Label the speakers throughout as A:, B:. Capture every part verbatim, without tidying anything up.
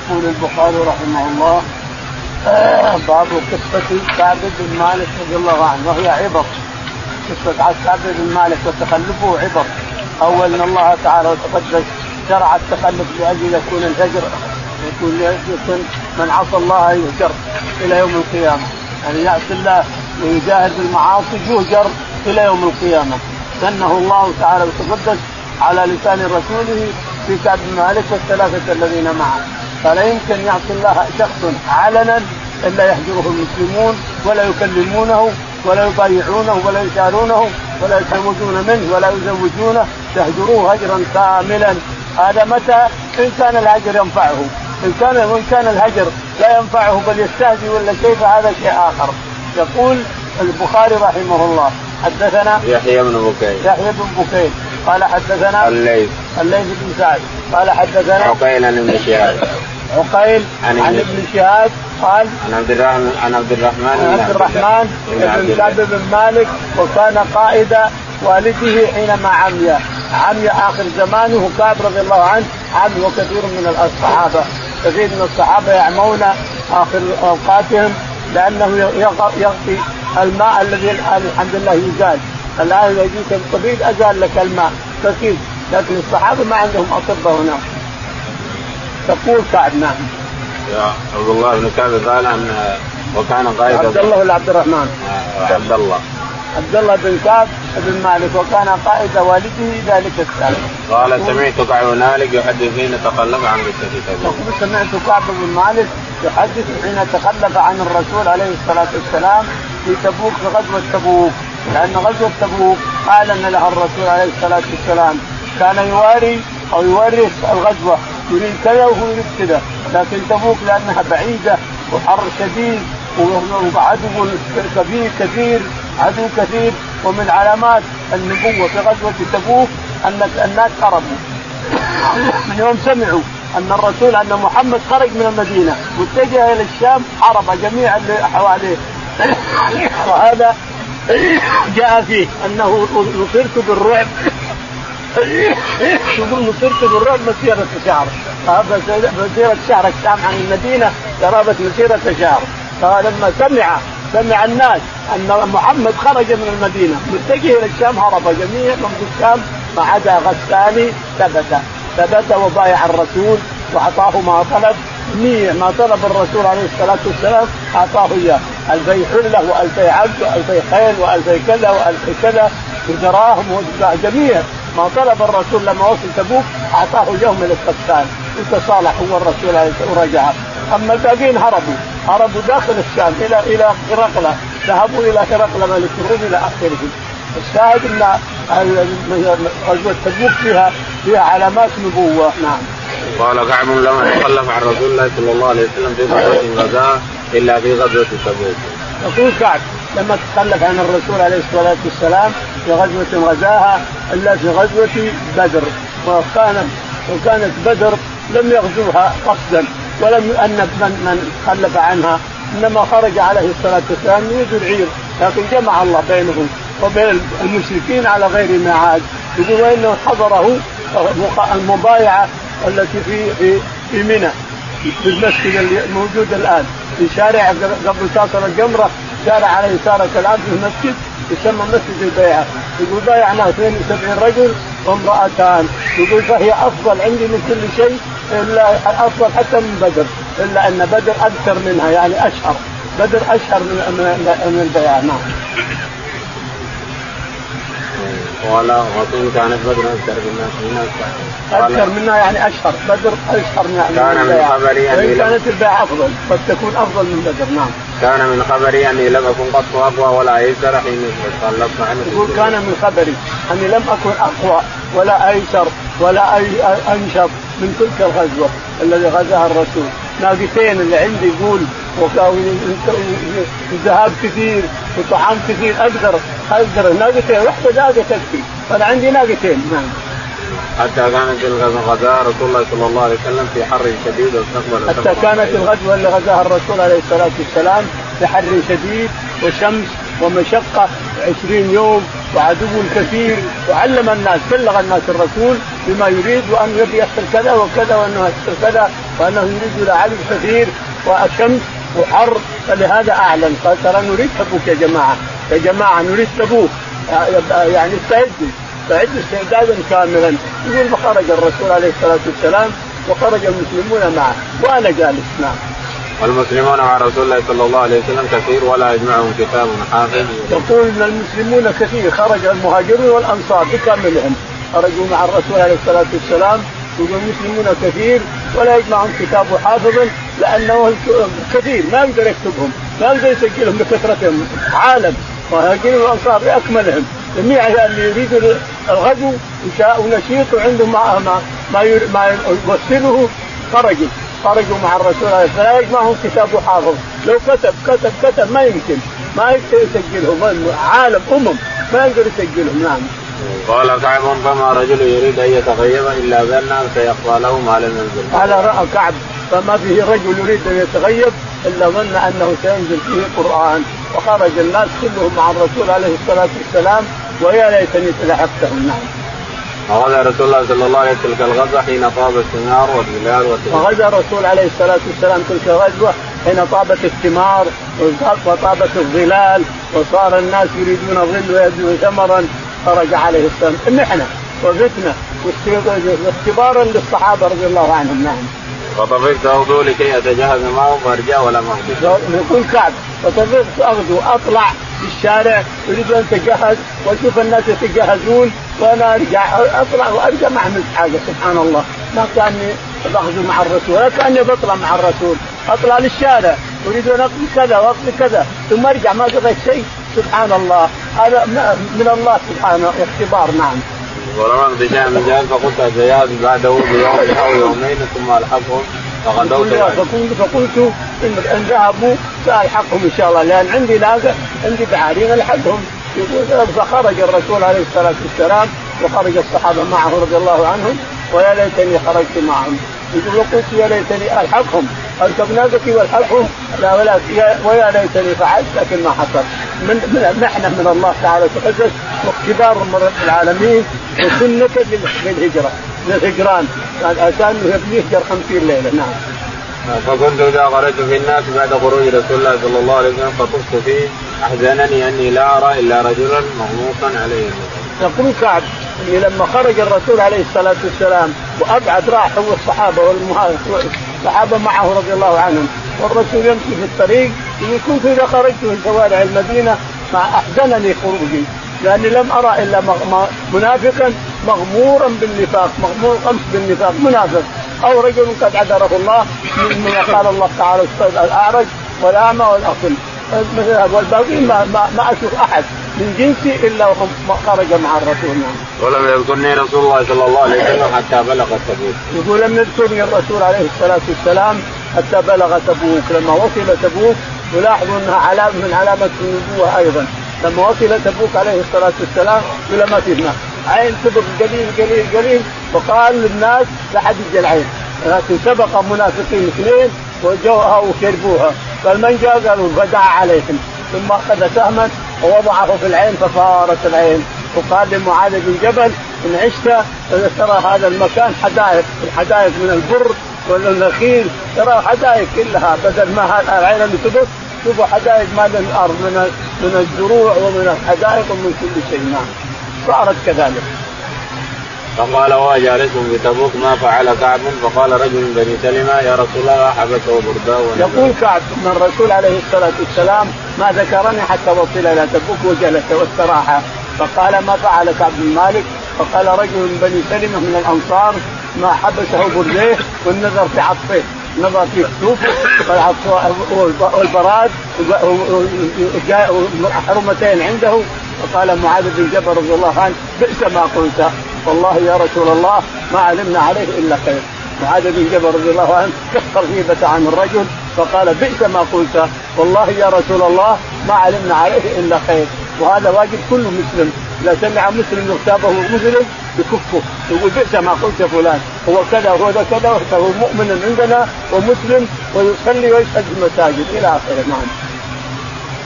A: يقول البخاري رحمه الله باب قصة كعب بن مالك رضي الله عنه وهي عبر. قصة كعب بن مالك وتخلفه عبر. أول أن الله تعالى وتقدس شرع التخلف لأجل يكون الهجر يكون يكون من عصى الله يهجر إلى يوم القيامة، يعني يعصي الله ويجاهد بالمعاصي يهجر إلى يوم القيامة. سنه الله تعالى وتقدس على لسان رسوله في كعب بن مالك والثلاثة الذين معه. فلا يمكن يعصي الله شخص علنا إلا يهجره المسلمون ولا يكلمونه ولا يبايعونه ولا يشارونه ولا يتزوجون منه ولا يزوجونه، يهجروه هجرا كاملا. هذا متى؟ إن كان الهجر ينفعه، إن كان وإن كان الهجر لا ينفعه بل يستهزئ ولا شيء فهذا شيء آخر. يقول البخاري رحمه الله حدثنا
B: يحيى بن بكير
A: يحيى بن بكير قال حدثنا
B: الليث
A: الليث بن سعد قال حدثنا
B: عقيل عن ابن شهاب
A: عقيل عن, عن ابن شهاب قال
B: عن عبد الرحمن عن عبد الرحمن
A: عبد الرحمن بن كعب بن مالك وكان قائد والده حينما عمي عمي آخر زمانه كعب رضي الله عنه عمي. وكثير من الصحابة كثير من الصحابة يعمون آخر أوقاتهم لأنه يغطي الماء الذي الحمد لله يزال. الآن إذا جيت الطبيب أزال لك الماء فكيف، لكن الصحابة ما عندهم أطباء هنا. تقول كعب نعم
B: يا عبد الله بن كعب قال عن وكان قائد
A: عبد الله بن عبد الرحمن
B: عبد الله
A: عبد الله بن كعب بن مالك وكان قائد والده ذلك السنة.
B: قال سمعت كعب بن مالك يحدث حين تخلف عن رسول تبوك.
A: سمعت كعب بن مالك يحدث حين تخلف عن الرسول عليه الصلاة والسلام في تبوك في غزوة تبوك، لأن غزوة تبوك أعلن لها الرسول عليه الصلاة والسلام كان يواري أو يورث الغزوة يريد كذا وهو يريد كذا، لكن تبوك لأنها بعيدة وحر شديد وعدو كبير كثير عدو كثير. ومن علامات النبوة في غزوة تبوك أن الناس هربوا من يوم سمعوا أن الرسول أن محمد خرج من المدينة واتجه إلى الشام هرب جميع اللي حواليه. وهذا جاء فيه أنه نصرت بالرعب يقول نصرت بالرعب مسيرة شهر، هذا مسيرة شهر الشام عن المدينة قرابة مسيرة شهر. فلما سمع سمع الناس أن محمد خرج من المدينة متجه إلى الشام هرب جميع من الشام ما عدا غساني ثبت ثبت وبايع الرسول وأعطاه ما طلب مية ما طلب الرسول عليه الصلاة والسلام أعطاه إياه، ألفي حلة وألفي عبد وألفي خيل وألفي كذا وألفي كذا ودراهم وجميع ما طلب الرسول. لما وصل تبوك أعطاه يوم من القسطان وتصالح هو الرسول عليه ورجع. أما الباقين هربوا هربوا داخل الشام إلى إلى هرقل، ذهبوا إلى هرقل ملك الروم إلى آخره. الشاهد أن غزوة تبوك فيها فيها علامات نبوة. نعم.
B: قال كعب لما تخلف عن رسول الله صلى الله عليه وسلم في غزوة غزاها إلا في غزوة تبوك.
A: يقول كعب لما تخلف عن الرسول عليه الصلاة والسلام في غزوة غزاها إلا في غزوة بدر. وكانت وكانت بدر لم يغزوها قصدا ولم يؤنب من من تخلف عنها، إنما خرج عليه الصلاة والسلام يريد العير، لكن جمع الله بينهم وبين المشركين على غير ميعاد. يقول وإنه حضره المبايعة التي في في في منى في المسجد الموجود الآن في شارع قبل تصل الجمرة، شارع على يسارك الآن في المسجد يسمى مسجد البيعة. يقول بايعنا اثنين وسبعين رجل وامرأتان. يقول فهي أفضل عندي من كل شيء إلا أفضل حتى من بدر، إلا أن بدر أكثر منها يعني أشهر، بدر أشهر من من البيعة. نعم.
B: ولا وطن كانت بدر أكثر منها
A: أكثر منها يعني أشهر، بدر أشهر من
B: كان من خبري يعني
A: كانت البيعة أفضل قد تكون أفضل من بدر. نعم.
B: كان من خبري أني لم أكن قط أقوى ولا أيسر حين تخلفت عنه.
A: يقول كان من خبري أني لم أكن أقوى ولا أيسر ولا أي أنشط من تلك الغزوة الذي غزاها الرسول. ناقتين اللي عندي يقول وذهاب كثير وطعام كثير أقدر أقدر ناقتين واحدة ناقة تكفي، فأنا عندي ناقتين. نعم.
B: حتى كانت الغزوة رسول الله صلى الله عليه وسلم في حر شديد واستقبل.
A: حتى كانت الغزوة اللي غزاها الرسول عليه الصلاة والسلام في حر شديد وشمس ومشقة عشرين يوم وعدو كثير، وعلم الناس بلغ الناس الرسول بما يريد وأن يبي يحصل كذا وكذا وأنه يحصل كذا وأنه يريد إلى علم كثير وشمس وحر، فلهذا أعلن قال ترى نريد تبوك يا جماعة يا جماعة نريد تبوك، يعني استعدوا استعدوا استعدادا كاملا. يقول فخرج الرسول عليه الصلاة والسلام وخرج المسلمون معه وأنا جالس. نعم.
B: والمسلمون مع رسول الله صلى الله عليه وسلم كثير ولا يجمعهم كتاب حافظ.
A: يقول ان المسلمون كثير، خرج المهاجرون والانصار بكاملهم خرجوا مع الرسول عليه الصلاه والسلام. يقول المسلمون كثير ولا يجمعهم كتاب حافظ لانه كثير ما يقدر يكتبهم ما يقدر يسجلهم بكثرتهم. عالم المهاجرين والانصار باكملهم جميع اللي يريدوا الغزو ونشيط وعندهم ما ما ما يوصله خرجوا خرجوا مع الرسول عليه الصلاة والسلام. لا يجمعهم كتاب حافظ، لو كتب كتب كتب ما يمكن ما يقدر يسجلهم، عالم أمم ما يقدر يسجلهم. نعم.
B: قال كعب فما رجل يريد أن يتغيب إلا ظن أن سيخفى له ما لم ينزل.
A: قال رأى كعب فما فيه رجل يريد أن يتغيب إلا ظن أنه سينزل فيه قرآن، وخرج الناس كلهم مع الرسول عليه الصلاة والسلام ويا ليتني لحقتهم. نعم.
B: وغزا رسول الله صلى الله عليه وسلم تلك الغزوة حين طاب الثمار والظلال والثمار.
A: وغزا الرسول عليه الصلاة والسلام تلك الغزوة حين طابت الثمار وطابت الظلال وصار الناس يريدون ظل ويجدون ثمرا. خرج عليه السلام محنة وفتنة واختبارا للصحابة رضي الله عنهم. نعم.
B: فطفقت أغدو لكي أتجهز معه فأرجع ولم أغدو.
A: يقول كعب فطفقت أغدو أطلع بالشارع أريد أن أتجهز وأشوف الناس يتجهزون وأنا أرجع أطلع وأرجع ما أعمل حاجة. سبحان الله ما كاني بغزو مع الرسول ولا كاني بطلع مع الرسول، أطلع للشارع أريد أن أقضي كذا وأقضي كذا ثم أرجع ما قضيت شيء. سبحان الله هذا من الله سبحانه اختبار. نعم.
B: ولم أقضي شيئا من جهاز فقلت أتجهز بعده بيوم أو يومين ثم ألحقهم فغدوت.
A: فقلت إن ذهبوا سألحقهم إن شاء الله لأن عندي ناقة عندي بعارين ألحقهم. فخرج الرسول عليه الصلاة والسلام وخرج الصحابة معه رضي الله عنهم ويا ليتني خرجت معهم. يقول قلت يا ليتني ألحقهم أركب ناقتي والحقهم لا ولا ويا ليتني فعلت لكن ما حصل. من من محنة من الله تعالى تقدس واختبار من رب العالمين وسنة للهجرة للهجران كان يهجر خمسين ليلة. نعم.
B: فكنت إذا خرجت في الناس بعد خروج رسول الله صلى الله عليه وسلم فطفت فيه أحزنني أني لا أرى إلا رجلا مغموسا عليه.
A: يقول كعب إني لما خرج الرسول عليه الصلاة والسلام وأبعد راح هو الصحابة والصحابة معه رضي الله عنهم والرسول يمشي في الطريق يقول كنت إذا خرجت في شوارع المدينة ما أحزنني خروجي لأني لم أرى إلا منافقا مغمورا بالنفاق مغمور خمس بالنفاق منافق أو رجل قد عذره الله مما قال الله تعالى الأعرج والأعمى والأصم والباقي ما, ما, ما أشوف أحد من جنسي إلا وهم خرج مع الرسول.
B: ولم يذكرني رسول الله صلى الله عليه وسلم حتى بلغ تبوك.
A: يقول لم يذكرني الرسول عليه الصلاة والسلام حتى بلغ تبوك. لما وصل تبوك يلاحظوا أنها علامة من علامة النبوة أيضا. لما وصل تبوك عليه الصلاة والسلام لما فينا عين سبق قليل قليل قليل وقال للناس لا حد يجي العين لكن سبق منافقين اثنين وجوها وشربوها قال من جاء قالوا فدعا عليهم ثم أخذ سهما ووضعه في العين ففارت العين وقال لمعاذ بن جبل إن عشت ترى هذا المكان حدائق الحدائق من البر والنخيل ترى حدائق كلها بدل ما العين اللي تبص شوفوا حدائق ما من الأرض من من الزروع ومن الحدائق ومن كل شيء. نعم. صارت كذلك.
B: فقال وهو جالس بتبوك ما فعل كعب فقال رجل من بني سلمة يا رسول الله حبسه برداه.
A: يقول كعب من الرسول عليه الصلاة والسلام ما ذكرني حتى وصل إلى تبوك وجلس واستراح. فقال ما فعل كعب بن مالك فقال رجل من بني سلمة من الأنصار ما حبسه برداه والنظر في عطفه نظر في كتوفه والبراد حرمتين عنده. فقال معاذ بن جبل رضي الله عنه بئس ما قلت والله يا رسول الله ما علمنا عليه إلا خير. معاذ بن جبل رضي الله عنه كفر غيبة عن الرجل فقال بئس ما قلت والله يا رسول الله ما علمنا عليه إلا خير. وهذا واجب كل مسلم إذا سمع مسلم يغتابه مسلم بكفه يقول بئس ما قلت يا فلان هو كذا هو ذا كذا وهو مؤمن عندنا ومسلم ويصلي ويشهد في المساجد إلى آخره. نعم.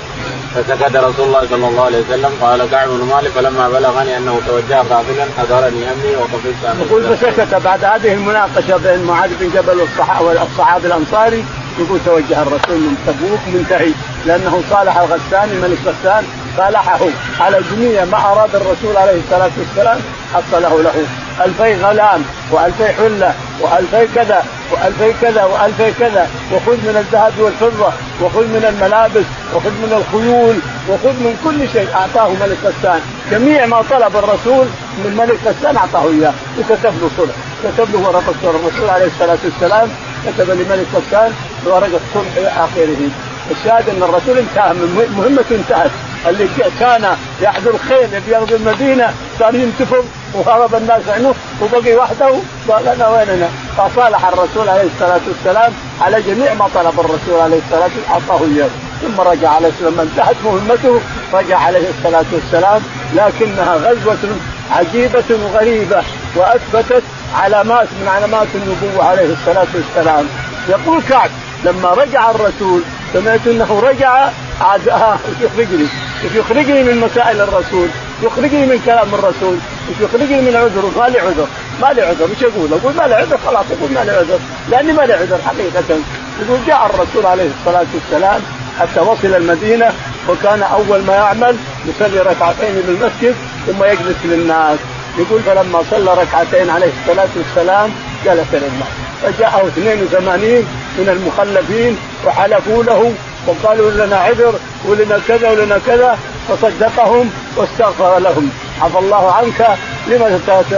B: فسكت رسول الله صلى الله عليه وسلم. قال كعب بن مالك فلما بلغني انه توجه قافلا حضرني امي وقفزت عنه.
A: يقول فسكت بعد هذه المناقشه بين معاذ بن جبل والصحابي الانصاري. يقول توجه الرسول من تبوك منتهي لانه صالح الغساني ملك غسان صالحه على جميع ما اراد الرسول عليه الصلاه والسلام حصله له ألفي غلام وألفي حله وألفي كذا وألفي كذا وألفي كذا وخذ من الذهب والفضه وخذ من الملابس وخذ من الخيول وخذ من كل شيء اعطاه ملك غسان. جميع ما طلب الرسول من ملك غسان اعطاه اياه وكتب له صلح كتب له ورقه صلح. الرسول عليه الصلاه والسلام كتب لملك غسان ورقه صلح الى اخره. الشاهد ان الرسول انتهى من مهمته انتهت. اللي كان يحضر الخيل يغزو المدينه صار ينتفض وهرب الناس عنه وبقي وحده قال انا ويننا. فصالح الرسول عليه الصلاه والسلام على جميع ما طلب الرسول عليه الصلاه والسلام اعطاه اياه. ثم رجع عليه السلام لما انتهت مهمته رجع عليه الصلاه والسلام. لكنها غزوه عجيبه وغريبه واثبتت علامات من علامات النبوه عليه الصلاه والسلام. يقول كعب لما رجع الرسول سمعت انه رجع عاد ها يخرجني يخرجني من مسائل الرسول يخرجني من كلام الرسول يخرجني من عذر. ما لي عذر ما لي عذر مش اقول اقول ما لي عذر خلاص اقول ما لي عذر لاني ما لي عذر حقيقه. يقول جاء الرسول عليه الصلاه والسلام حتى وصل المدينه وكان اول ما يعمل يصلي ركعتين بالمسجد ثم يجلس للناس. يقول فلما صلى ركعتين عليه الصلاه والسلام جلس للناس فجاءه اثنين وثمانين من المخلفين وحلفوا له وقالوا لنا عذر ولنا كذا ولنا كذا فصدقهم واستغفر لهم. عفى الله عنك لما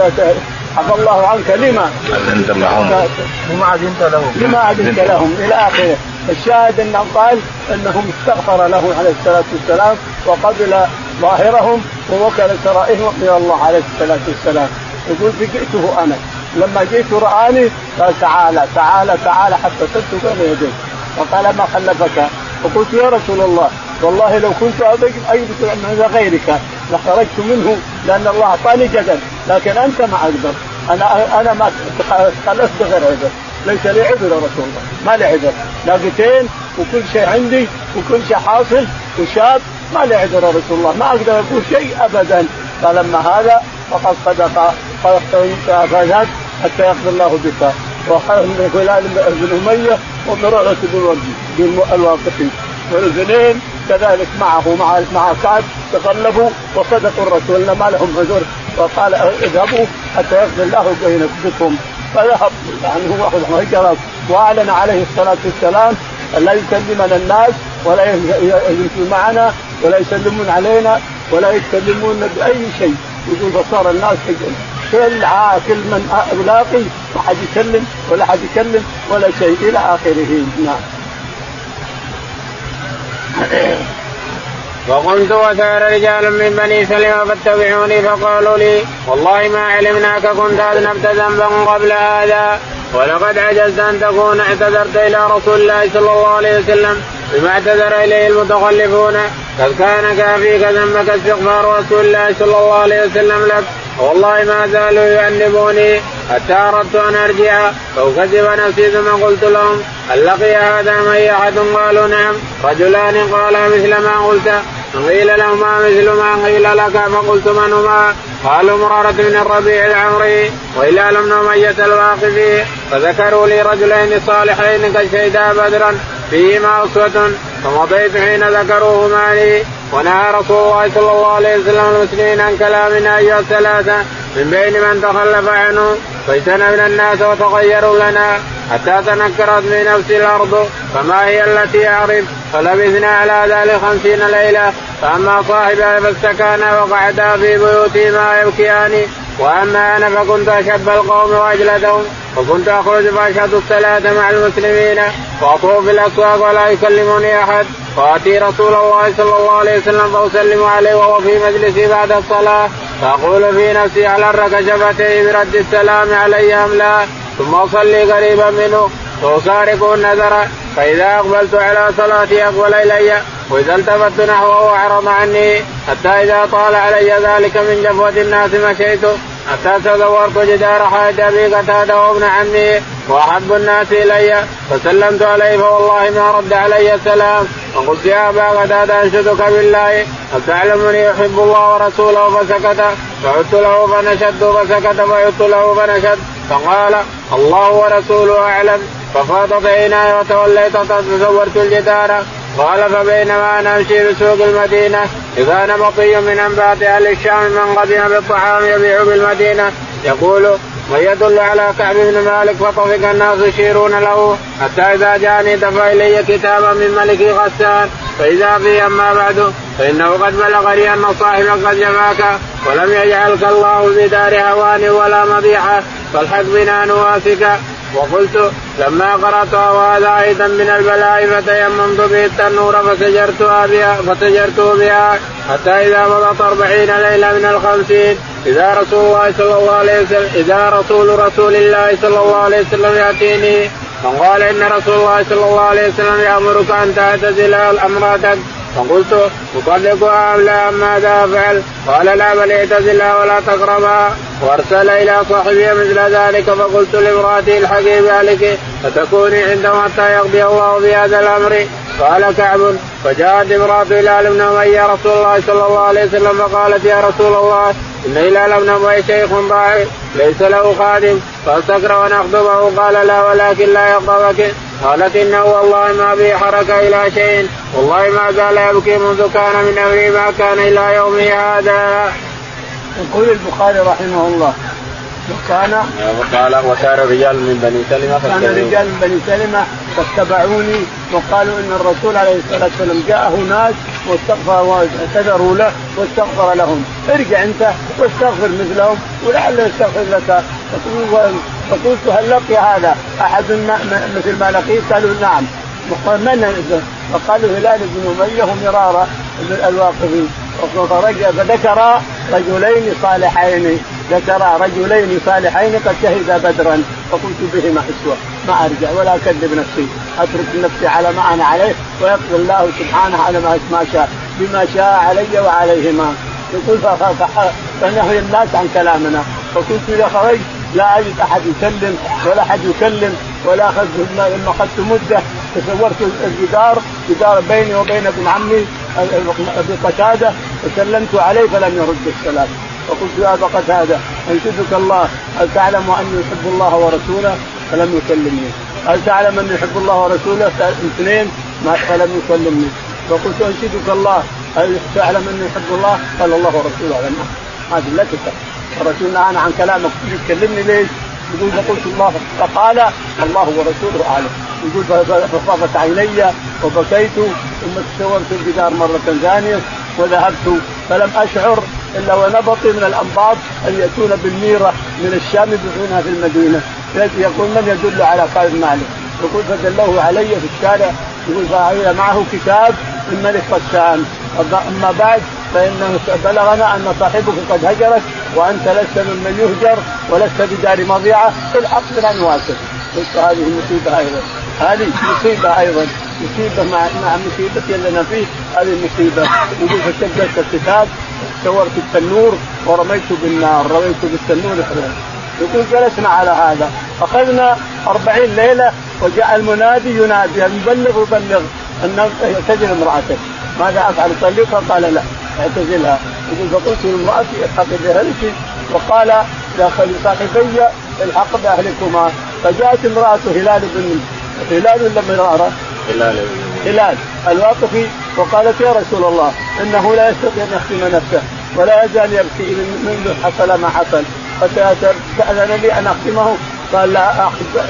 A: عفى الله عنك لما
B: أذنت لهم
A: لما أذنت لهم لما أذنت لهم إلى آخره. الشاهد أنه قال أنهم استغفر له عليه الصلاة والسلام وقبل ظاهرهم ووكل سرائرهم إلى الله عليه الصلاة والسلام. يقول فجئته أنا لما جئت رآني قال تعالى تعالى تعالى حتى صرت بين يديه وقال ما خلفك. فقلت يا رسول الله والله لو كنت أجد من غيرك لخرجت منه لأن الله أعطاني جدل لكن أنت ما أقدر أنا أنا ما خلفت غير عذر ليس لي عذر يا رسول الله ما لي عذر لاقتين وكل شيء عندي وكل شيء حاصل وشاب ما لي عذر يا رسول الله ما أقدر أقول شيء أبدا. فلما هذا فقد صدق فذهب حتى يقضي الله بك. وخرج من هلال بن أمية ومرارة بن الواقفي والاثنين كذلك معه مع مع كعب تغلبوا وصدقوا الرسول ما لهم عذر وقال اذهبوا حتى يقضي الله بينكم. فذهب يعني هو هجر واعلن عليه الصلاه والسلام لا يكلمنا الناس ولا يمشي معنا ولا يسلمون علينا ولا يتكلمون باي شيء. يقول فصار الناس كل عاكل من ألاقي ما حد يسلم ولا حد يكلم ولا شيء إلى آخره. نعم.
B: وقمت وسار رجال من بني سلمة فاتبعوني فقالوا لي والله ما علمناك كنت أذنبت ذنبا قبل هذا ولقد عجزت أن تكون اعتذرت إلى رسول الله صلى الله عليه وسلم بما اعتذر إليه المتخلفون قد كان كافيك ذنبك استغفار رسول الله صلى الله عليه وسلم لك والله ما زالوا يؤنبوني حتى أردت أن أرجع فأكذب نفسي ثم قلت لهم هل لقي هذا معي أحد؟ قالوا نعم. رجلان قالا مثل ما قلت قيل لهما مثل ما قيل لك فقلت من هما؟ قالوا مرارة من الربيع العمري وهلال بن أمية الواقفي. فذكروا لي رجلين صالحين كشهدا بدرا فيهما أسوة فمضيت حين ذكروهما لي. ونهى رسول الله صلى الله عليه وسلم المسلمين عن كلامنا أيها الثلاثة من بين من تخلف عنه فاجتنبنا الناس وتغيروا لنا حتى تنكرت من نفس الأرض فما هي التي أعرف. فلبثنا على ذلك خمسين ليلة. فأما صاحبها فاستكانا وقعدا في بيوتهما يبكيان وأما أنا فكنت أشب القوم وأجلدهم وكنت أخرج فأشهد الصلاة مع المسلمين وأطوف في الأسواق ولا يكلمني أحد وأتي رسول الله صلى الله عليه وسلم فأسلم عليه وهو في مجلسي بعد الصلاة فأقول في نفسي على الرك شفتيه برد السلام علي أم لا ثم أصلي قريبا منه فأسارق النذر فإذا أقبلت على صلاتي أقبل إلي وإذا التفت نحوه أعرض عني حتى إذا طال علي ذلك من جفوة الناس مشيت حتى تدورت جدار حائط أبي قتادة وابن عمي وأحب الناس إلي فسلمت عليه فوالله ما رد علي السلام. فقلت يا أبا قتادة أنشدك بالله هل تعلمني يحب الله ورسوله فسكت فعدت له فنشد فسكت فعدت له فنشد فقال الله ورسوله أعلم. ففاضت عيناي وتوليت فتزورت الجدار. قال فبينما أنا أمشي بسوق المدينة إذا نبطي من أنبات أهل الشام من قدم بالطعام يبيع بالمدينة يقول ويدل على كعب بن مالك فطفق الناس يشيرون له حتى إذا جاءني دفع إلي كتابا من ملك غسان فإذا فيه أما بعد فإنه قد بلغني أن صاحبك قد جفاك ولم يجعلك الله بدار هوان ولا مضيحة فالحق بنا نواسك. وقلت لما قرأتها وهذا أيضا من البلاء فتيممت به التنور فسجرتها بها فتجرته بها حتى إذا مضت أربعين ليلة من الخمسين إذا رسول الله صلى الله عليه وسلم إذا رسول رسول الله صلى الله عليه وسلم يأتيني فقال إن رسول الله صلى الله عليه وسلم يأمرك أن تعتزل أمراتك. فقلت أطلقها أم لا أم ماذا أفعل؟ قال لا بل اعتزلها ولا تقربها. وارسل إلى صاحبه مثل ذلك. فقلت لامرأتي الحقي بأهلك فتكوني عنده حتى يقضي الله بهذا الأمر. قال كعب فجاءت امرأة هلال بن أمية رسول الله صلى الله عليه وسلم فقالت يا رسول الله إن هلال بن أمية شيخ ضعيف ليس له خادم فاستكره ونخطبه. قال لا ولكن لا يغضبك. قالت إنه والله ما بي حركة إلى شيء والله ما زال يبكي منذ كان من أمري ما كان إلى يومي هذا.
A: يقول البخاري رحمه الله وكان
B: وقال وكان رجال من بني سلمة
A: كان رجال من بني سلمة فاتبعوني وقالوا إن الرسول عليه الصلاة والسلام جاءه ناس واستغفر واعتذروا له واستغفر لهم ارجع أنت واستغفر مثلهم ولعله يستغفر لك. فقلت هل لقي هذا أحد مثل ما لقيت؟ قالوا نعم. من فقالوا هلال بن أمية مرارة الواقفي. فذكر رجلين صالحين ذكر رجلين صالحين قد شهد بدرا فقلت بهما أسوأ ما أرجع ولا أكذب نفسي أترك نفسي على ما أنا عليه ويقضي الله سبحانه على ما شاء بما شاء علي وعليهما. يقول فنهي الناس عن كلامنا. فقلت إذا خرجت لا أجد أحد يسلم ولا أحد يكلم ولا أخذ لما أخذت مدة تصورت الجدار جدار بيني وبين ابن عمي أبي قتادة وسلمت عليه فلم يرد السلام. فقلت يا أبا قتادة أنشدك الله هل تعلم أني يحب الله ورسوله؟ فلم يكلمني. هل تعلم أني يحب الله ورسوله؟ اثنين فلم يكلمني. فقلت أنشدك الله هل تعلم أني يحب الله؟ قال الله ورسوله أعلم. هذه لا تكلم الرسول نهانا عن كلامك تكلمني ليش؟ يقول فقلت الله فقال الله ورسوله أعلم. يقول ففاضت عيني وبكيت ثم تسورت الجدار مرة ثانية وذهبت فلم أشعر إلا ونبطي من الأنباط أن يأتون بالميرة من الشام يبيعونها في المدينة. يقول من يدل على كعب مالك؟ يقول فدلوه علي في الشارع. يقول فإذا معه كتاب من ملك غسان. أما بعد فإنه بلغنا أن صاحبك قد هجرك وأنت لست ممن يهجر ولست بدار مضيعة الحق بنا نواسك. قلت هذه مصيبة أيضا هذه مصيبة أيضا مصيبة مع مع مصيبتي اللي أنا فيه هذه مصيبة. يقول فشددت الكتاب صورت التنور ورميته بالنار رميته بالتنور إحدى. يقول جلسنا على هذا أخذنا أربعين ليلة وجاء المنادي ينادي المبلغ يبلغ أن اعتزل امرأتك. ماذا أفعل؟ طلقها؟ قال لا اعتزلها. يقول فقلت لامرأتي الحق بأهلك وقال داخل صاحبي الحق بأهلكما. فجاءت امرأة هلال بن هلال ولا مرارة
B: هلال
A: هلال الواقفي وقالت يا رسول الله إنه لا يستطيع أن يحكم نفسه ولا يزال يبكي منذ حصل ما حصل فتأذن لي أن أحكمه. قال لا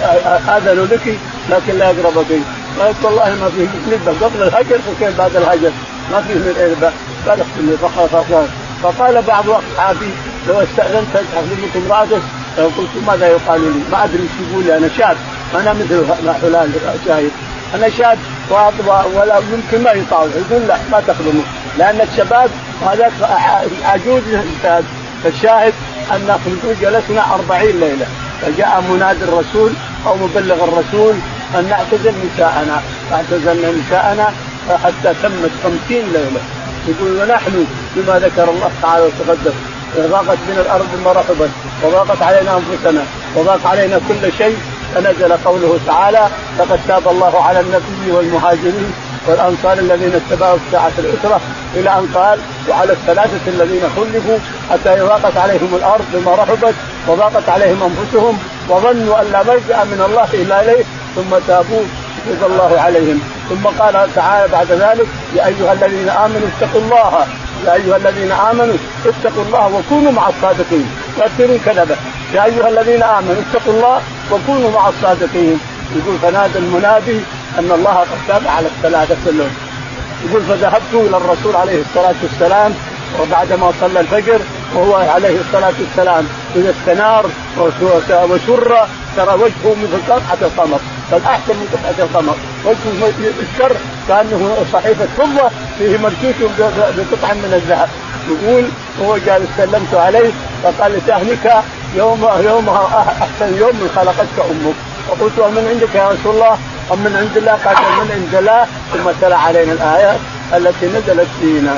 A: أذن لك لكن لا يقربك. قالت والله ما فيه نسبة قبل الهجر وكيف بعد الهجر ما فيه من إربة. قال احكمني فقال فقال بعض أصحابي لو استأذنت تحكمك امرأتك. قلت ماذا يقال لي؟ ما أدري ايش يقول لي. أنا شاب أنا مثل حلال شاهد أنا شاب ولا يمكن ما يطاوع. يقول لا ما تخدمه لأنك شباب وهذاك عجوز الإنسان. فالشاهد أن جلسنا أربعين ليلة فجاء منادي الرسول أو مبلغ الرسول أن نعتزل نساءنا. فاعتزلنا نساءنا حتى تمت خمسين ليلة. يقول ونحن بما ذكر الله تعالى وتقدم ضاقت من الأرض ما رحبت وضاقت علينا أنفسنا وضاق علينا كل شيء فنزل قوله تعالى لقد تاب الله على النبي والمهاجرين والأنصار الذين اتبعوا ساعة العسرة إلى أن قال وعلى الثلاثة الذين خلفوا حتى ضاقت عليهم الأرض بما رحبت وضاقت عليهم أنفسهم وظنوا أن لا ملجأ من الله إلا إليه ثم تابوا فتاب الله عليهم. ثم قال تعالى بعد ذلك يا أيها الذين آمنوا اتقوا الله يا أيها الذين آمنوا اتقوا الله وكونوا مع الصادقين لا تروا كذبا يا أيها الذين آمنوا اتقوا الله وكونوا مع الصادقين. يقول فنادى المنادي أن الله قد تاب على الثلاثة كلهم. يقول فذهبت إلى الرسول عليه الصلاة والسلام وبعدما صلى الفجر وهو عليه الصلاة والسلام إذا استنار وسر ترى وجهه مثل قطعة القمر فالأحسن من قطعة القمر وجهه يذكر كأنه صحيفة فضة فيه مرشوش بقطعة من الذهب. يقول وهو جالس سلمت عليه فقال تهنك يوم يومها أحسن يوم من خلقتك أمك. وقلت ومن عندك يا رسول الله أم من عند الله؟ قال من عند الله. ثم تلا علينا الآيات التي نزلت فينا.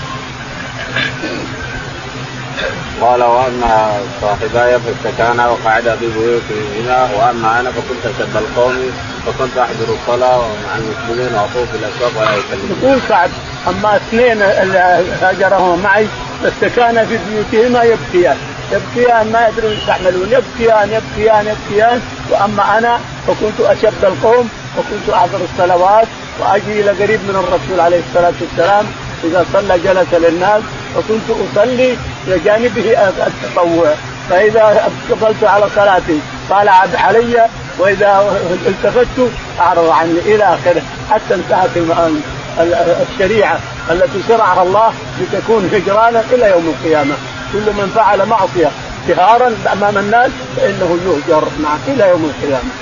B: قال واما صاحباي فاستكانا وقعدا في بيوتهما واما انا فكنت اشد القوم فكنت احضر الصلاه مع المسلمين واطوف الاسواق ولا يكلمون.
A: يقول سعد اما اثنين هاجرهما معي فاستكانا في بيوتهما يبكيان يبكيان ما يدرون يستعملون يبكيان يبكيان يبكيان واما انا فكنت اشد القوم وكنت احضر الصلوات واجي الى قريب من الرسول عليه الصلاه والسلام إذا صلى جلس للناس وكنت أصلي لجانبه التطوع فإذا قبلت على صلاتي طالع علي وإذا التفت أعرض عني إلى آخره حتى انتهت الشريعة التي شرعها الله لتكون هجرانا إلى يوم القيامة. كل من فعل معصية جهارا أمام الناس فإنه يهجر معه إلى يوم القيامة.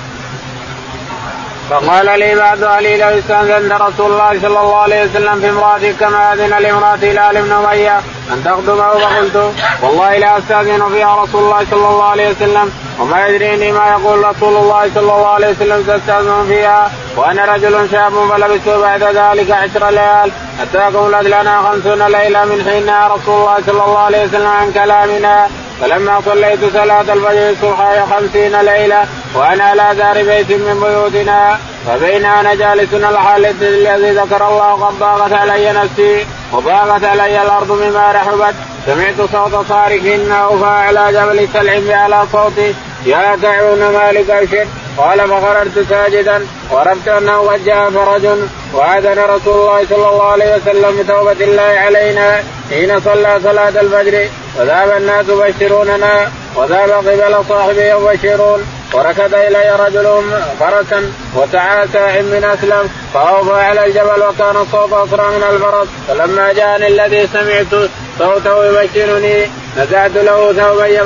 B: فقال لي بعد علي لو استأذنت رسول الله صلى الله عليه وسلم في امرأتي كما أذن لامرأة هلال بن أمية أن تخدمه فقلت والله لا أستأذن فيها رسول الله صلى الله عليه وسلم وما يدريني ما يقول رسول الله صلى الله عليه وسلم تستأذن فيها وأنا رجل شاب فلبثت بعد ذلك عشر ليال حتى قولت لنا خمسون ليلة من حينها رسول الله صلى الله عليه وسلم عن كلامنا فلما صليت صلاة الفجر الصبح خمسين ليلة وأنا على دار بيت من بيوتنا فبين أنا جالس الحال الذي ذكر الله قد ضاقت علي نفسي وضاقت علي الأرض مما رحبت سمعت صوت صارخ أوفى على جبل سلع على صوتي يا كعب بن مالك أشد قال فخرجت ساجدا وربت أنه قد جاء فرج وأذن رسول الله صلى الله عليه وسلم بتوبة الله علينا حين صلى صلاة الفجر وذهب الناس يبشروننا وذهب قبل صاحبه يبشرون وركض إلي رجل فرسا وسعى ساع من أسلم فأوفى على الجبل وكان الصوت أسرع من الفرس فلما جاءني الذي سمعت صوته يبشرني نزعت له ثوبي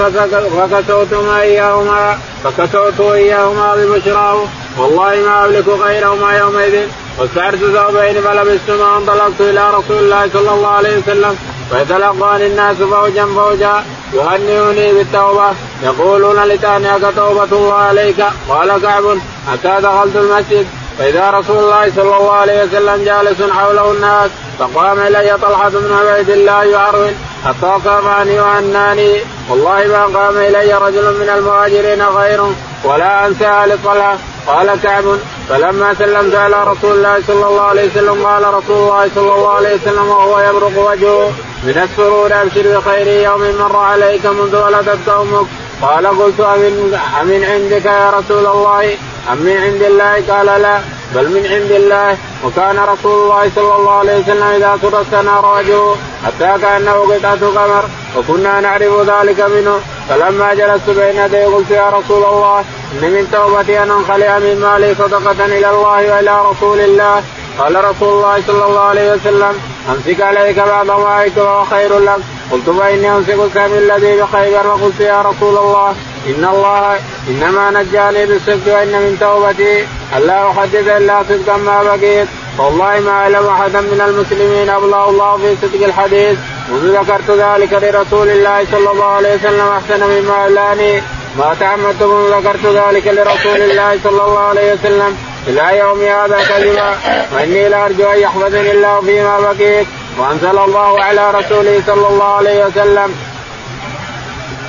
B: فكسوتهما إياهما فكسوته إياهما ببشراه والله ما أملك غيرهما يومئذ واستعرت ثوبين فلبستهما وانطلقت إلى رسول الله صلى الله عليه وسلم فيتلقاني الناس فوجا فوجا يهنئوني بالتوبة يقولون لتهنئك توبة الله عليك. قال كعب حتى دخلت المسجد فإذا رسول الله صلى الله عليه وسلم جالس حوله الناس فقام إلي طلحة بن عبيد الله يعرض حتى صافحني وهناني والله ما قام إلي رجل من المهاجرين غير ولا أنسى لطلحة. قال كعب فلما سلمت على رسول الله صلى الله عليه وسلم قال رسول الله صلى الله عليه وسلم وهو يبرق وجهه من السرور أبشر بخير يوم مر عليك منذ ولدتك أمك. قال قلت أمن, أمن عندك يا رسول الله أم من عند الله؟ قال لا بل من عند الله. وكان رسول الله صلى الله عليه وسلم إذا سرت نار وجهه حتى كأنه قطعة قمر وكنا نعرف ذلك منه. فلما جلست بين يديه قلت يا رسول الله إن من توبتي أن أنخلع من مالي صدقة إلى الله وإلى رسول الله. قال رسول الله صلى الله عليه وسلم أمسك عليك بعض مالك وهو خير لك. قلت فإني أمسكك بالذي بخيبر. وقلت يا رسول الله إن الله إنما نجاني بالصدق وإن من توبتي ألا أحدث إلا صدقا ما بقيت. والله ما أعلم أحدا من المسلمين أبلغ الله في صدق الحديث منذ ذكرت ذلك لرسول الله صلى الله عليه وسلم أحسن مما أولاني ما تعمدت منذ ذكرت ذلك لرسول الله صلى الله عليه وسلم إلى يوم هذا كذبا وإني لا أرجو أن يحفظني الله فيما بقيت. وأنزل الله على رسوله صلى الله عليه وسلم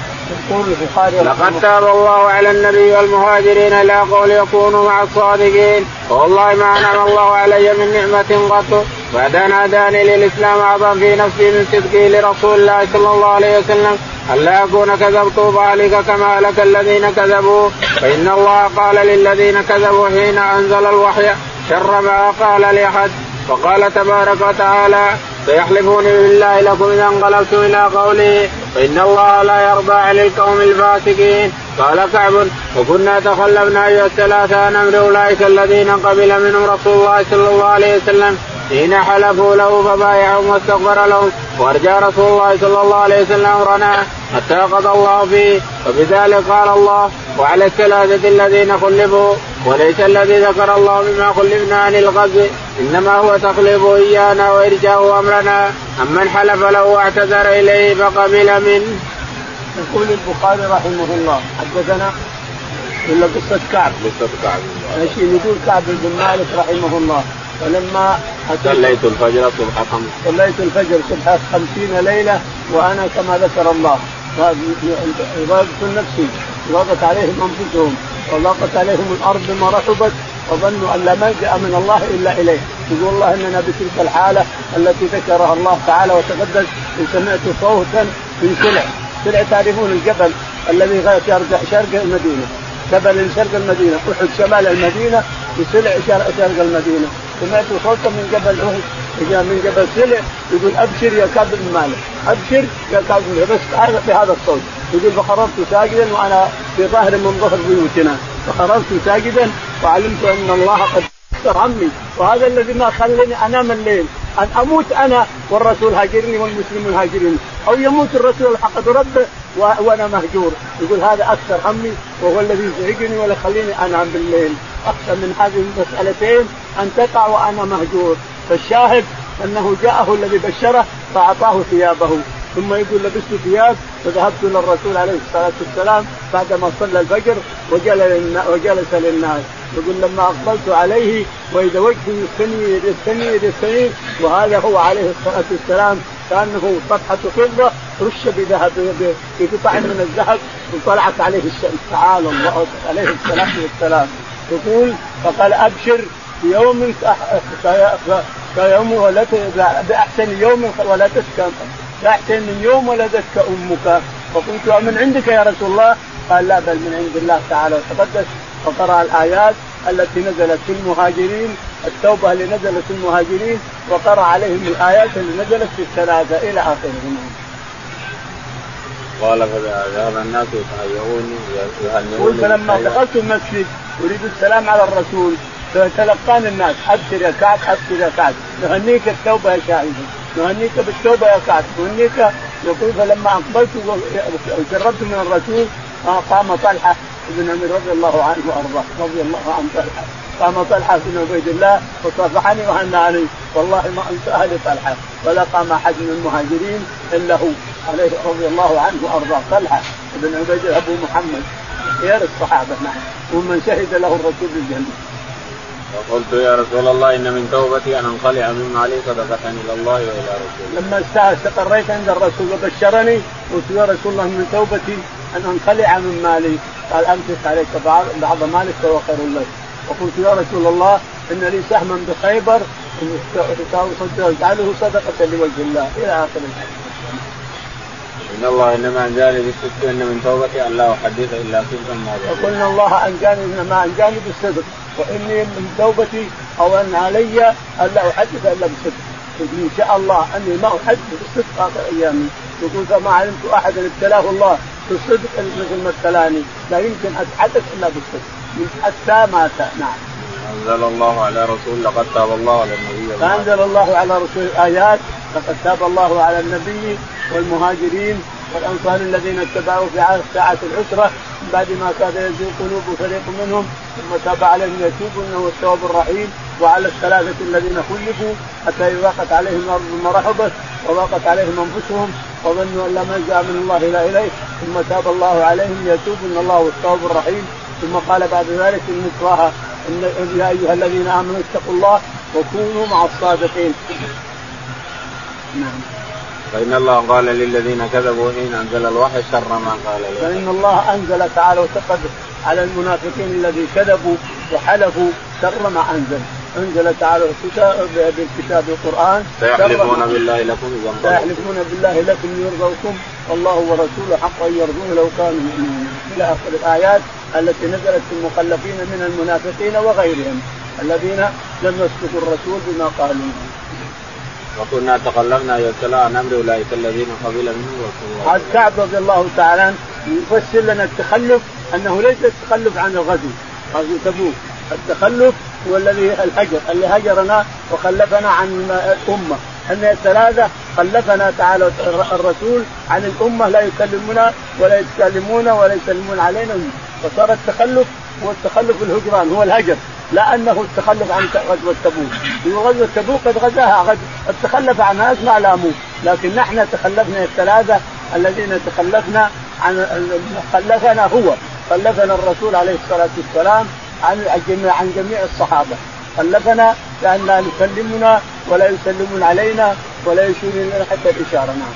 A: يقول البخاري
B: لقد تاب الله على النبي والمهاجرين إلى قول يكونوا مع الصادقين والله ما أنعم الله علي من نعمة قط بعد أن هداني للإسلام أعظم في نفسي من صدقي لرسول الله صلى الله عليه وسلم ألا أكون كذبت فأهلك كما هلك الذين كذبوا فإن الله قال للذين كذبوا حين أنزل الوحي شر ما قال لأحد فقال تبارك وتعالى سيحلفون بالله لكم إذا انقلبتم إلى قوله فإن الله لا يرضى عن القوم الفاسقين. قال كعب وكنا تخلفنا أيها الثلاثة عن أمر أولئك الذين قبل منهم رسول الله صلى الله عليه وسلم حين حلفوا له فبايعهم واستغفر لهم وارجى رسول الله صلى الله عليه وسلم أمرنا حتى قضى الله فيه وبذلك قال الله وعلى الثلاثة الذين خلفوا وليس الذي ذكر الله بما خلفنا عن الغزو إنما هو تخليف إيانا وإرجاء أمرنا أمن حلف له واعتذر إليه فقبل منه.
A: يقول البخاري رحمه الله حدثنا ولا قصة كعب
B: قصة كعب
A: ماشي نقول كعب بن مالك رحمه الله فلما
B: صليت الفجر صبح خمس
A: صليت الفجر صبح خمسين ليلة وأنا كما ذكر الله ضاقت نفسي ضاقت عليهم أنفسهم وضاقت عليهم الأرض بما رحبت وظنوا أن لا ملجأ من الله إلا إليه. يقول الله إننا بتلك الحالة التي ذكرها الله تعالى وتقدس سمعت صوتا من سلع سلع تعرفون الجبل الذي يرجع شرق المدينة جبل شرق المدينة أحد شمال المدينة بسلع شرق المدينة سمعت صوتا من جبل أحد من جبل سلع يقول أبشر يا كعب بن مالك أبشر يا كعب بن مالك بس بهذا الصوت يقول فخرجت ساجدا وأنا في ظهر من ظهر بيوتنا فخرجت ساجدا وعلمت أن الله قد استر عني وهذا الذي ما خلني أنام الليل أن أموت أنا والرسول هاجرني والمسلمون هاجرني أو يموت الرسول حق ربه وأنا مهجور. يقول هذا أكثر همي وهو الذي يزعجني ولا يخليني أنام بالليل أكثر من هذه المسألتين أن تقع وأنا مهجور. فالشاهد أنه جاءه الذي بشره فأعطاه ثيابه ثم يقول لبست ثياب فذهبت للرسول عليه الصلاة والسلام بعدما صلى الفجر وجلس للناس. يقول لما أقبلت عليه وإذا وجهي يستني يستني يستني وهذا هو عليه الصلاة والسلام كأنه صفحة فضة رش بذهب بقطع من الذهب وطلعت عليه الشمس تعالى الله عليه الصلاة والسلام. يقول فقال أبشر بيوم كيوم ولدت بأحسن يوم ولدتك بأحسن من يوم ولدتك أمك. فقلت من عندك يا رسول الله؟ قال لا بل من عند الله تعالى وتقدس. فقرأ الآيات التي نزلت في المهاجرين التوبة اللي نزلت في المهاجرين وقرأ عليهم الآيات اللي نزلت في الثلاثة إلى آخرهم.
B: قال فذهب الناس يتهيئون
A: يهنئون فلما دخلت المسجد أريد السلام على الرسول فتلقاني الناس أبشر يا كعب أبشر يا كعب نهنيك التوبة يا شاهد نهنيك بالتوبة يا كعب نهنيك. يقول فلما أقبلت وجربت من الرسول قام طلحة بن عمر رضي الله عنه وأرضاه رضي الله عن طلحة قام طلحة بن عبيد الله وصافحني وهنأني والله ما أنت أهل طلحة ولا قام أحد من المهاجرين إلا هو عليه رضي الله عنه وأرضاه. طلحة بن عبيد أبو محمد خيار الصحابة معه ومن شهد له الرسول بالجنة.
B: وقلت يا رسول الله إن من توبتي أن أنقلع من مالي صدقة إلى الله وإلى رسوله.
A: لما استقريت عند الرسول وبشرني قلت يا رسول الله من توبتي أن أنقلع من مالي قال أمسك عليك بعض مالك وهو خير لك. وقلت يا رسول الله إن لي سهما بخيبر اجعله صدقة لوجه الله إلى آخر الحديث.
B: إن الله إنما أنجاني بالصدق إن من توبتي أن لا أحدث إلا صدقا ما بقي.
A: وقلنا الله أنجاني إنما أنجاني بالصدق وإني من توبتي أو أن علي أن لا أحدث إلا بالصدق إن شاء الله أني ما أحدث بالصدق آخر أيامي. يقول فما علمت أحدا ابتلاه الله بالصدق مثل ما ابتلاني لا يمكن أتحدث إلا بالصدق حتى مات. نعم.
B: أنزل الله على رسول لقد تاب الله على النبي.
A: فأنزل الله على رسول آيات لقد تاب الله على النبي والمهاجرين والأنصار الذين اتبعوا في ساعة العسرة بعد ما كاد يزيغ قلوب فريق منهم ثم تاب عليهم يتوب إنه التواب الرحيم. وعلى الثلاثة الذين خلفوا حتى ضاقت عليهم الأرض بما رحبت وضاقت عليهم أنفسهم وظنوا أن لا ملجأ من الله إلا إليه ثم تاب الله عليهم يتوب إن الله هو التواب الرحيم. ثم قال بعد ذلك المكرهة إن يا أيها الذين آمنوا اتقوا الله وكونوا مع الصادقين. نعم.
B: فإن الله قال للذين كذبوا إن أنزل الوحي شر ما قال لهم.
A: فإن الله أنزل تعالى وتقدم على المنافقين الذين كذبوا وحلفوا شر ما أنزل. أنزل تعالى بالكتاب القرآن
B: سيحلفون بالله لكم
A: سيحلفون بالله لكم يرضوكم والله ورسوله حق أن يرضوه لو كانوا مؤمنين إلى آخر الآيات التي نزلت في المخلفين من المنافقين وغيرهم الذين لم يصدقوا الرسول بما قالوا.
B: وكنا تخلفنا يبتلى عن أمر أولئك الذين قبل منهم رسول الله.
A: هذا كعب رضي الله تعالى يفسر لنا التخلف أنه ليس التخلف عن الغزو غزو تبوك. التخلف هو الذي الهجر اللي هجرنا وخلفنا عن الأمة أن الثلاثة خلفنا تعالى الرسول عن الأمة لا يكلمنا ولا يتكلمون ولا يسلمون علينا فصار التخلف هو التخلف الهجران هو الهجر لا أنه التخلف عن غزوة تبوك. في غزوة تبوك قد غزاها غزو التخلف عنها اسمع لامو لكن نحن تخلفنا الثلاثة الذين تخلفنا عن خلفنا هو خلفنا الرسول عليه الصلاة والسلام عن جميع عن جميع الصحابة خلفنا لأن لا يسلمنا ولا يسلمون علينا ولا يشيرون لنا حتى الإشارة. نعم.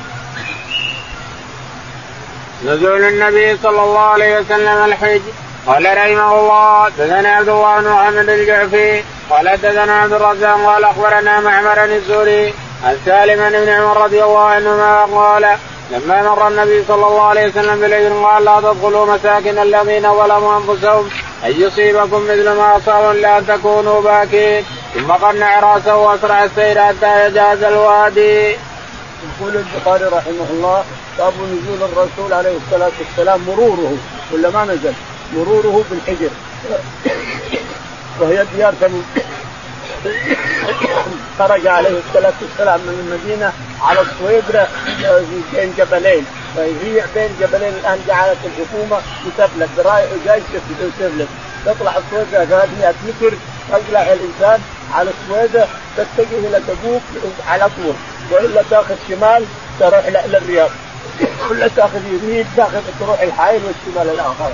B: نزول النبي صلى الله عليه وسلم الحج. قال رحمه الله دثنا عبد الله بن محمد الجعفي قال دثنا عبد الرزاق قال أخبرنا معمر الزهري عن سالم بن عمر رضي الله عنهما قال لما مر النبي صلى الله عليه وسلم بالهجر قال لا تدخلوا مساكن الذين ظلموا أنفسهم أن يصيبكم مثل ما أصابهم لا تكونوا باكين ثم قنع رأسه وأسرع السير حتى يجاز الوادي.
A: يقول البخاري رحمه الله باب نزول الرسول عليه الصلاة والسلام مروره ولا ما نزل مروره بالحجر وهي ديار ثمود خرج عليه الصلاة والسلام من المدينة على الصويبرة بين جبلين فيضيع بين جبلين الآن جعلت الحكومة تسفلت رايح وجاي تسفلت تطلع الصويبرة ثلاثمائة متر يطلع الإنسان على الصويبرة تتجه إلى تبوك على طول وإلا تأخذ شمال تروح إلى الرياض ولا تأخذ يمين تأخذ تروح الحائل والشمال الآخر.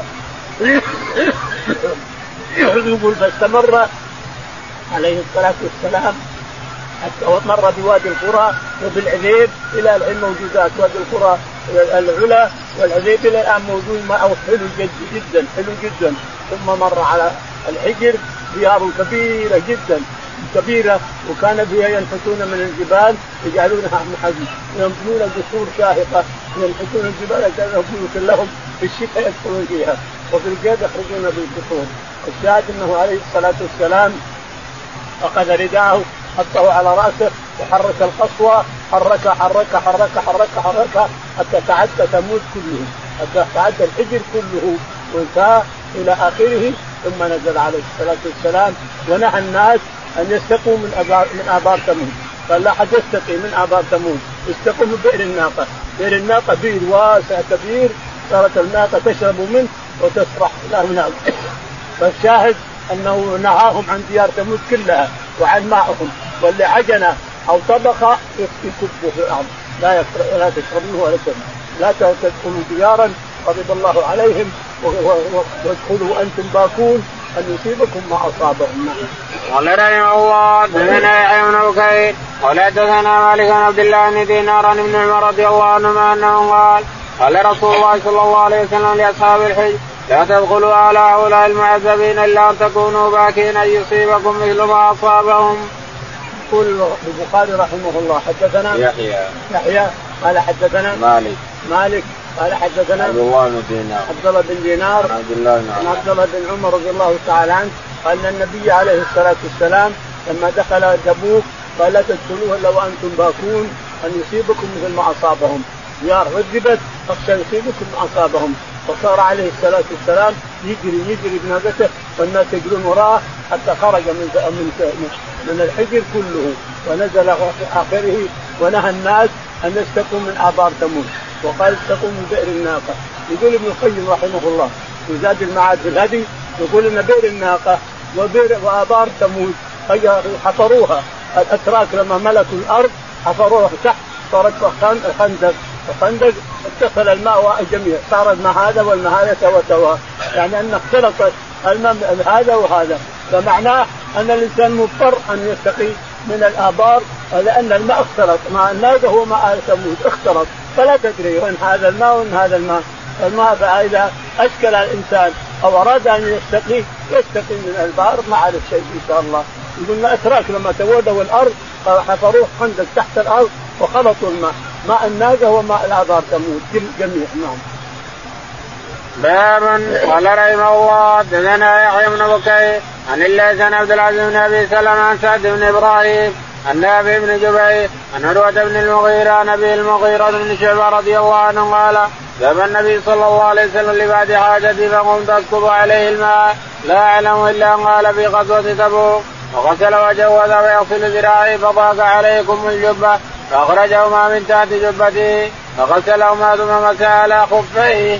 A: يقول فاستمر عليه الصلاة والسلام حتى مر بوادي القرى وبالعذيب إلى الآن موجودات وادي القرى العلا والعذيب إلى الآن موجود ما أو حلو جد جدا حلو جدا. ثم مر على الحجر ديار كبيرة جدا كبيرة وكان فيها ينحتون من الجبال يجعلونها محاجز ينبنون قصور شاهقة ينحتون الجبال كانوا بيوت لهم في الشتاء يدخلون فيها وفي الجيد يخرجون بالقصور. الشاهد أنه عليه الصلاة والسلام أخذ رداءه حطه على رأسه وحرك القصوى حرك حرك حرك حرك حرك حتى تعدى ثمود كله حتى تعدى الحجر كله وانتهى إلى آخره. ثم نزل عليه الصلاة والسلام ونهى الناس أن يستقوا من أبار من آبار ثمود قال لا حد يستقي من آبار ثمود استقوا من بئر الناقة. بئر الناقة بئر واسع كبير صارت الناقة تشرب منه وتسرح لا هناك. فالشاهد أنه نهاهم عن ديار ثمود كلها وعن ماءهم واللي عجنه أو طبخ يكبه في الأرض لا لا تشربوه ولا تشربوه لا تدخلوا ديارا غضب الله عليهم وادخلوا أنتم باكون أن يصيبكم ما أصابهم.
B: قال رحمه الله دثنا يحيى بن بكير قال دثنا مالك بن عبد الله بن دينار عن ابن عمر رضي الله عنهما أنه قال قال رسول الله صلى الله عليه وسلم لأصحاب الحج لا تدخلوا على هؤلاء المعذبين إلا أن تكونوا باكين أن يصيبكم مثل ما أصابهم.
A: يقول البخاري رحمه الله حدثنا
B: يحيى
A: يحيى قال حدثنا
B: مالك
A: مالك قال حدثنا
B: عبد الله بن دينار
A: عبد الله بن دينار
B: عبد الله بن
A: عبد الله بن عمر رضي الله تعالى عنه قال النبي عليه الصلاة والسلام لما دخل تبوك قال لا تدخلوها لو أنتم باكون أن يصيبكم مثل ما أصابهم يا عذبت أخشى يصيبكم ما أصابهم. فصار عليه الصلاة والسلام يجري يجري بناقته والناس يجرون وراه حتى خرج من من من الحجر كله ونزل في آخره ونهى الناس أن يستقوا من آبار ثمود وقال استقوا من بئر الناقة. يقول ابن القيم رحمه الله في زاد المعاد في الهدي يقول إن بئر الناقة وبئر وآبار ثمود حفروها الأتراك لما ملكوا الأرض حفروها تحت صارت خندق خندق اتصل الماء جميع صار الماء هذا والماء هذا سوا سوا يعني أن اختلطت الماء هذا وهذا فمعناه أن الإنسان مضطر أن يستقي من الآبار، لأن الماء اختلط مع الناقة هو ماء ثمود اختلط، فلا تدري وين هذا الماء وين هذا الماء. الماء إذا أشكل الإنسان أو أراد أن يستقي يستقي من البحر ما على شيء إن شاء الله. يقول ما أتراك لما تودوا الأرض حفروه خندق تحت الأرض وخلطوا الماء، ماء الناقة وماء الآبار ثمود جميع. نعم.
B: باب قال رحمه الله حدثنا يحيى بن بكير عن الليث عن عبد العزيز بن ابي سلمة عن سعد بن ابراهيم عن نافع بن جبير عن عروة بن المغيرة عن ابي المغيرة بن شعبة رضي الله عنه قال ذهب النبي صلى الله عليه وسلم لبعض حاجته فقمت اسكب عليه الماء لا اعلم الا ان قال في غزوة تبوك وغسل وجهه وذهب يغسل ذراعه فضاق عليكم الجبة فاخرجهما من تحت جبته فغسلهما ثم مسح على خفيه.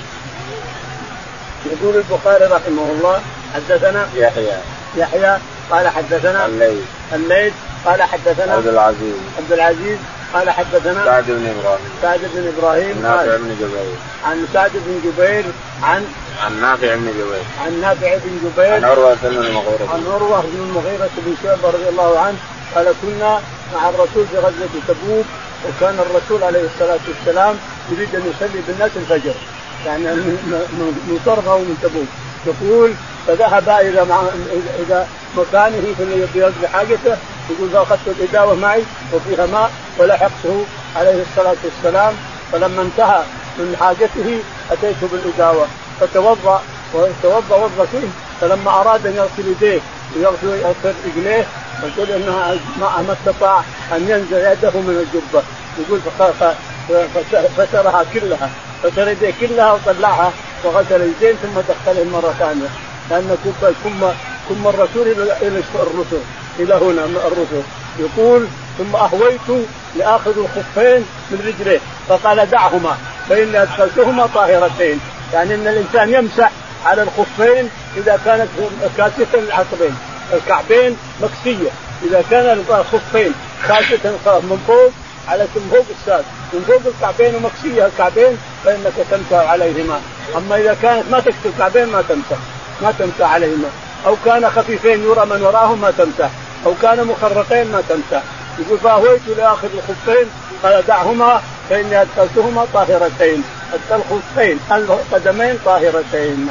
A: يقول البخاري رحمه الله حدثنا
B: يحيى
A: يحيى قال حدثنا
B: الليث
A: الليث قال حدثنا
B: عبد العزيز
A: عبد العزيز قال حدثنا
B: سعد بن ابراهيم
A: سعد بن ابراهيم
B: نافع بن جبير
A: عن سعد بن جبير عن
B: عن نافع بن جبير
A: عن نافع بن جبير
B: عن عروة بن المغيرة
A: عن عروة بن المغيرة بن شعبة رضي الله عنه قال كنا مع الرسول في غزوة تبوك وكان الرسول عليه الصلاة والسلام يريد أن يصلي بالناس الفجر يعني من طرفه ومن تبوك. يقول فذهب إلى مع إلى مكانه في يقضي حاجته. يقول فأخذت الإداوة معي وفيها ماء ولحقته عليه الصلاة والسلام فلما انتهى من حاجته أتيته بالإداوة فتوضأ وتوضأ وضأ فيه. فلما أراد أن يغسل يديه ويغسل يغسل رجليه يقول إنها ما استطاع أن ينزل يده من الجبة. يقول فسرها كلها فسر يديه كلها وطلعها وغسل يديه ثم دخلهم مرة ثانية لأن ثم ثم الرسول إلى الرسل إلى هنا الرسل. يقول ثم أهويت لآخذ الخفين من رجليه فقال دعهما فإني أدخلتهما طاهرتين. يعني أن الإنسان يمسح على الخفين إذا كانت كاسة العقبين الكعبين مكسية. إذا كان الخفين كاسة من فوق على من فوق الساد من فوق الكعبين ومكسية الكعبين فإنك تمسح عليهما. أما إذا كانت ما تكسي الكعبين ما تمسح ما تمسح عليهما أو كان خفيفين يرى من وراهم ما تمسح أو كان مخرقين ما تمسح. يقول فأهويت لآخذ الخفين قال دعهما فإني أدخلتهما طاهرتين. الخفين القدمين طاهرتين.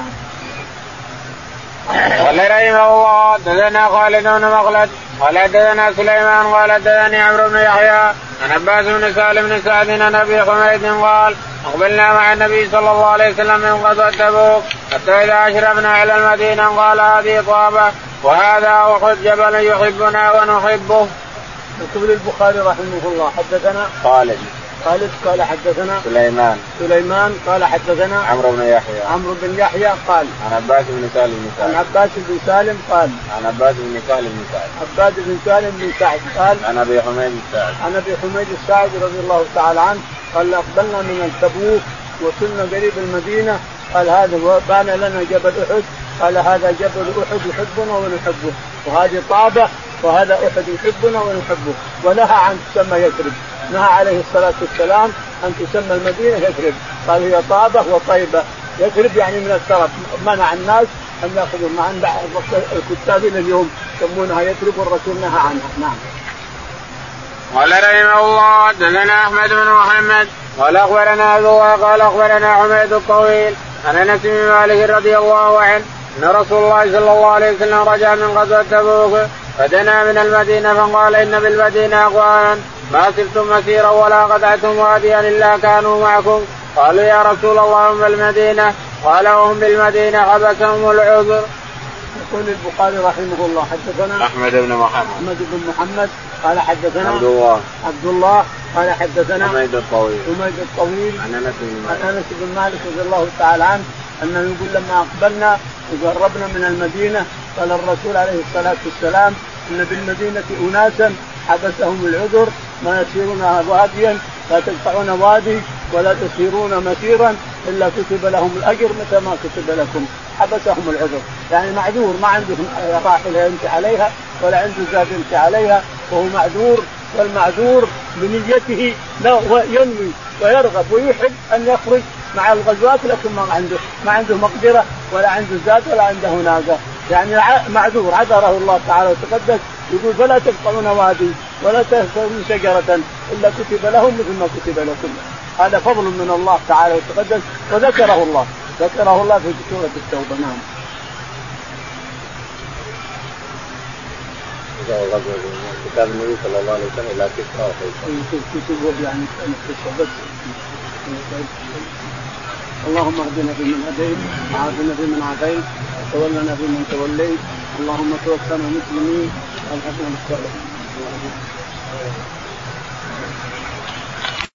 B: قال رحمه الله حدثنا خالد بن مخلد قال حدثنا سليمان قال حدثني عمرو بن يحيى عن عباس بن سالم بن سعد عن ابي حميد قال اقبلنا مع النبي صلى الله عليه وسلم من غزوة تبوك حتى اذا اشرفنا على المدينة قال هذه طابة وهذا احد جبل يحبنا ونحبه.
A: يقول البخاري رحمه الله حدثنا
B: خالد
A: خالد قال حدثنا
B: سليمان
A: سليمان قال حدثنا
B: عمرو بن يحيى
A: عمرو بن يحيى قال
B: عن عباس بن سالم بن سعد
A: عن عباس بن سالم قال
B: عن عباس بن سالم بن سعد
A: عباس بن سالم بن سعد قال
B: عن ابي حميد الساعدي
A: عن ابي حميد الساعدي رضي الله تعالى عنه قال اقبلنا من التبوك وصلنا قريب المدينة قال هذا بان لنا جبل احد قال هذا جبل احد يحبنا ونحبه وهذه طابة وهذا احد يحبنا ونحبه. ونهى عن تسمى يثرب نهى عليه الصلاة والسلام أن تسمى المدينة يثرب قال هي طابة وطيبة. يثرب يعني من الترف منع الناس أن يأخذوا مع الكتاب اليوم يسمونها يثرب والرسول نهى عنها. نعم.
B: قال رحمه الله حدثنا أحمد بن محمد قال أخبرنا أبو قال أخبرنا حميد الطويل عن أنس بن مالك رضي الله عنه أن رسول الله صلى الله عليه وسلم رجع من غزوة تبوك فدنا من المدينة فقال إن بالمدينة أقواما ما سبتم مسيرا ولا قطعتم واديا إلا كانوا معكم. قالوا يا رسول الله هم بالمدينة قال وهم بالمدينة حبسهم العذر.
A: يقول البخاري رحمه الله حدثنا
B: أحمد بن محمد
A: أحمد بن محمد قال حدثنا
B: عبد الله
A: عبد الله قال حدثنا
B: حميد الطويل
A: حميد الطويل
B: عن أنس بن مالك
A: عن أنس بن مالك رضي الله تعالى عنه أنه يقول لما أقبلنا وقربنا من المدينة قال الرسول عليه الصلاة والسلام إن بالمدينة أناسا حبسهم العذر ما يسيرون واديا لا تقطعون وادي ولا تسيرون مسيرا إلا كتب لهم الأجر متى ما كتب لكم. حبسهم العذر يعني معذور ما عنده راحلة يمشي عليها ولا عنده زاد يمشي عليها وهو معذور. والمعذور بنيته ينوي ويرغب ويحب أن يخرج مع الغزوات لكن ما عنده ما عنده مقدرة ولا عنده زاد ولا عنده ناقة يعني معذور عذره الله تعالى وتقدس. يقول فلا تقطعون وادي ولا تهتمون شجرة إلا كتب لهم مثل ما كتب لكم. هذا فضل من الله تعالى وتقدس وذكره الله ذكره الله في سورة التوبة. نعم.
B: كتاب النبي صلى الله عليه وسلم إلى كسرى
A: كتب يعني بس. اللهم اهدنا فيمن هديت وعافنا فيمن عافيت وتولنا فيمن توليت اللهم توفنا مسلمين والحقنا بالصالحين.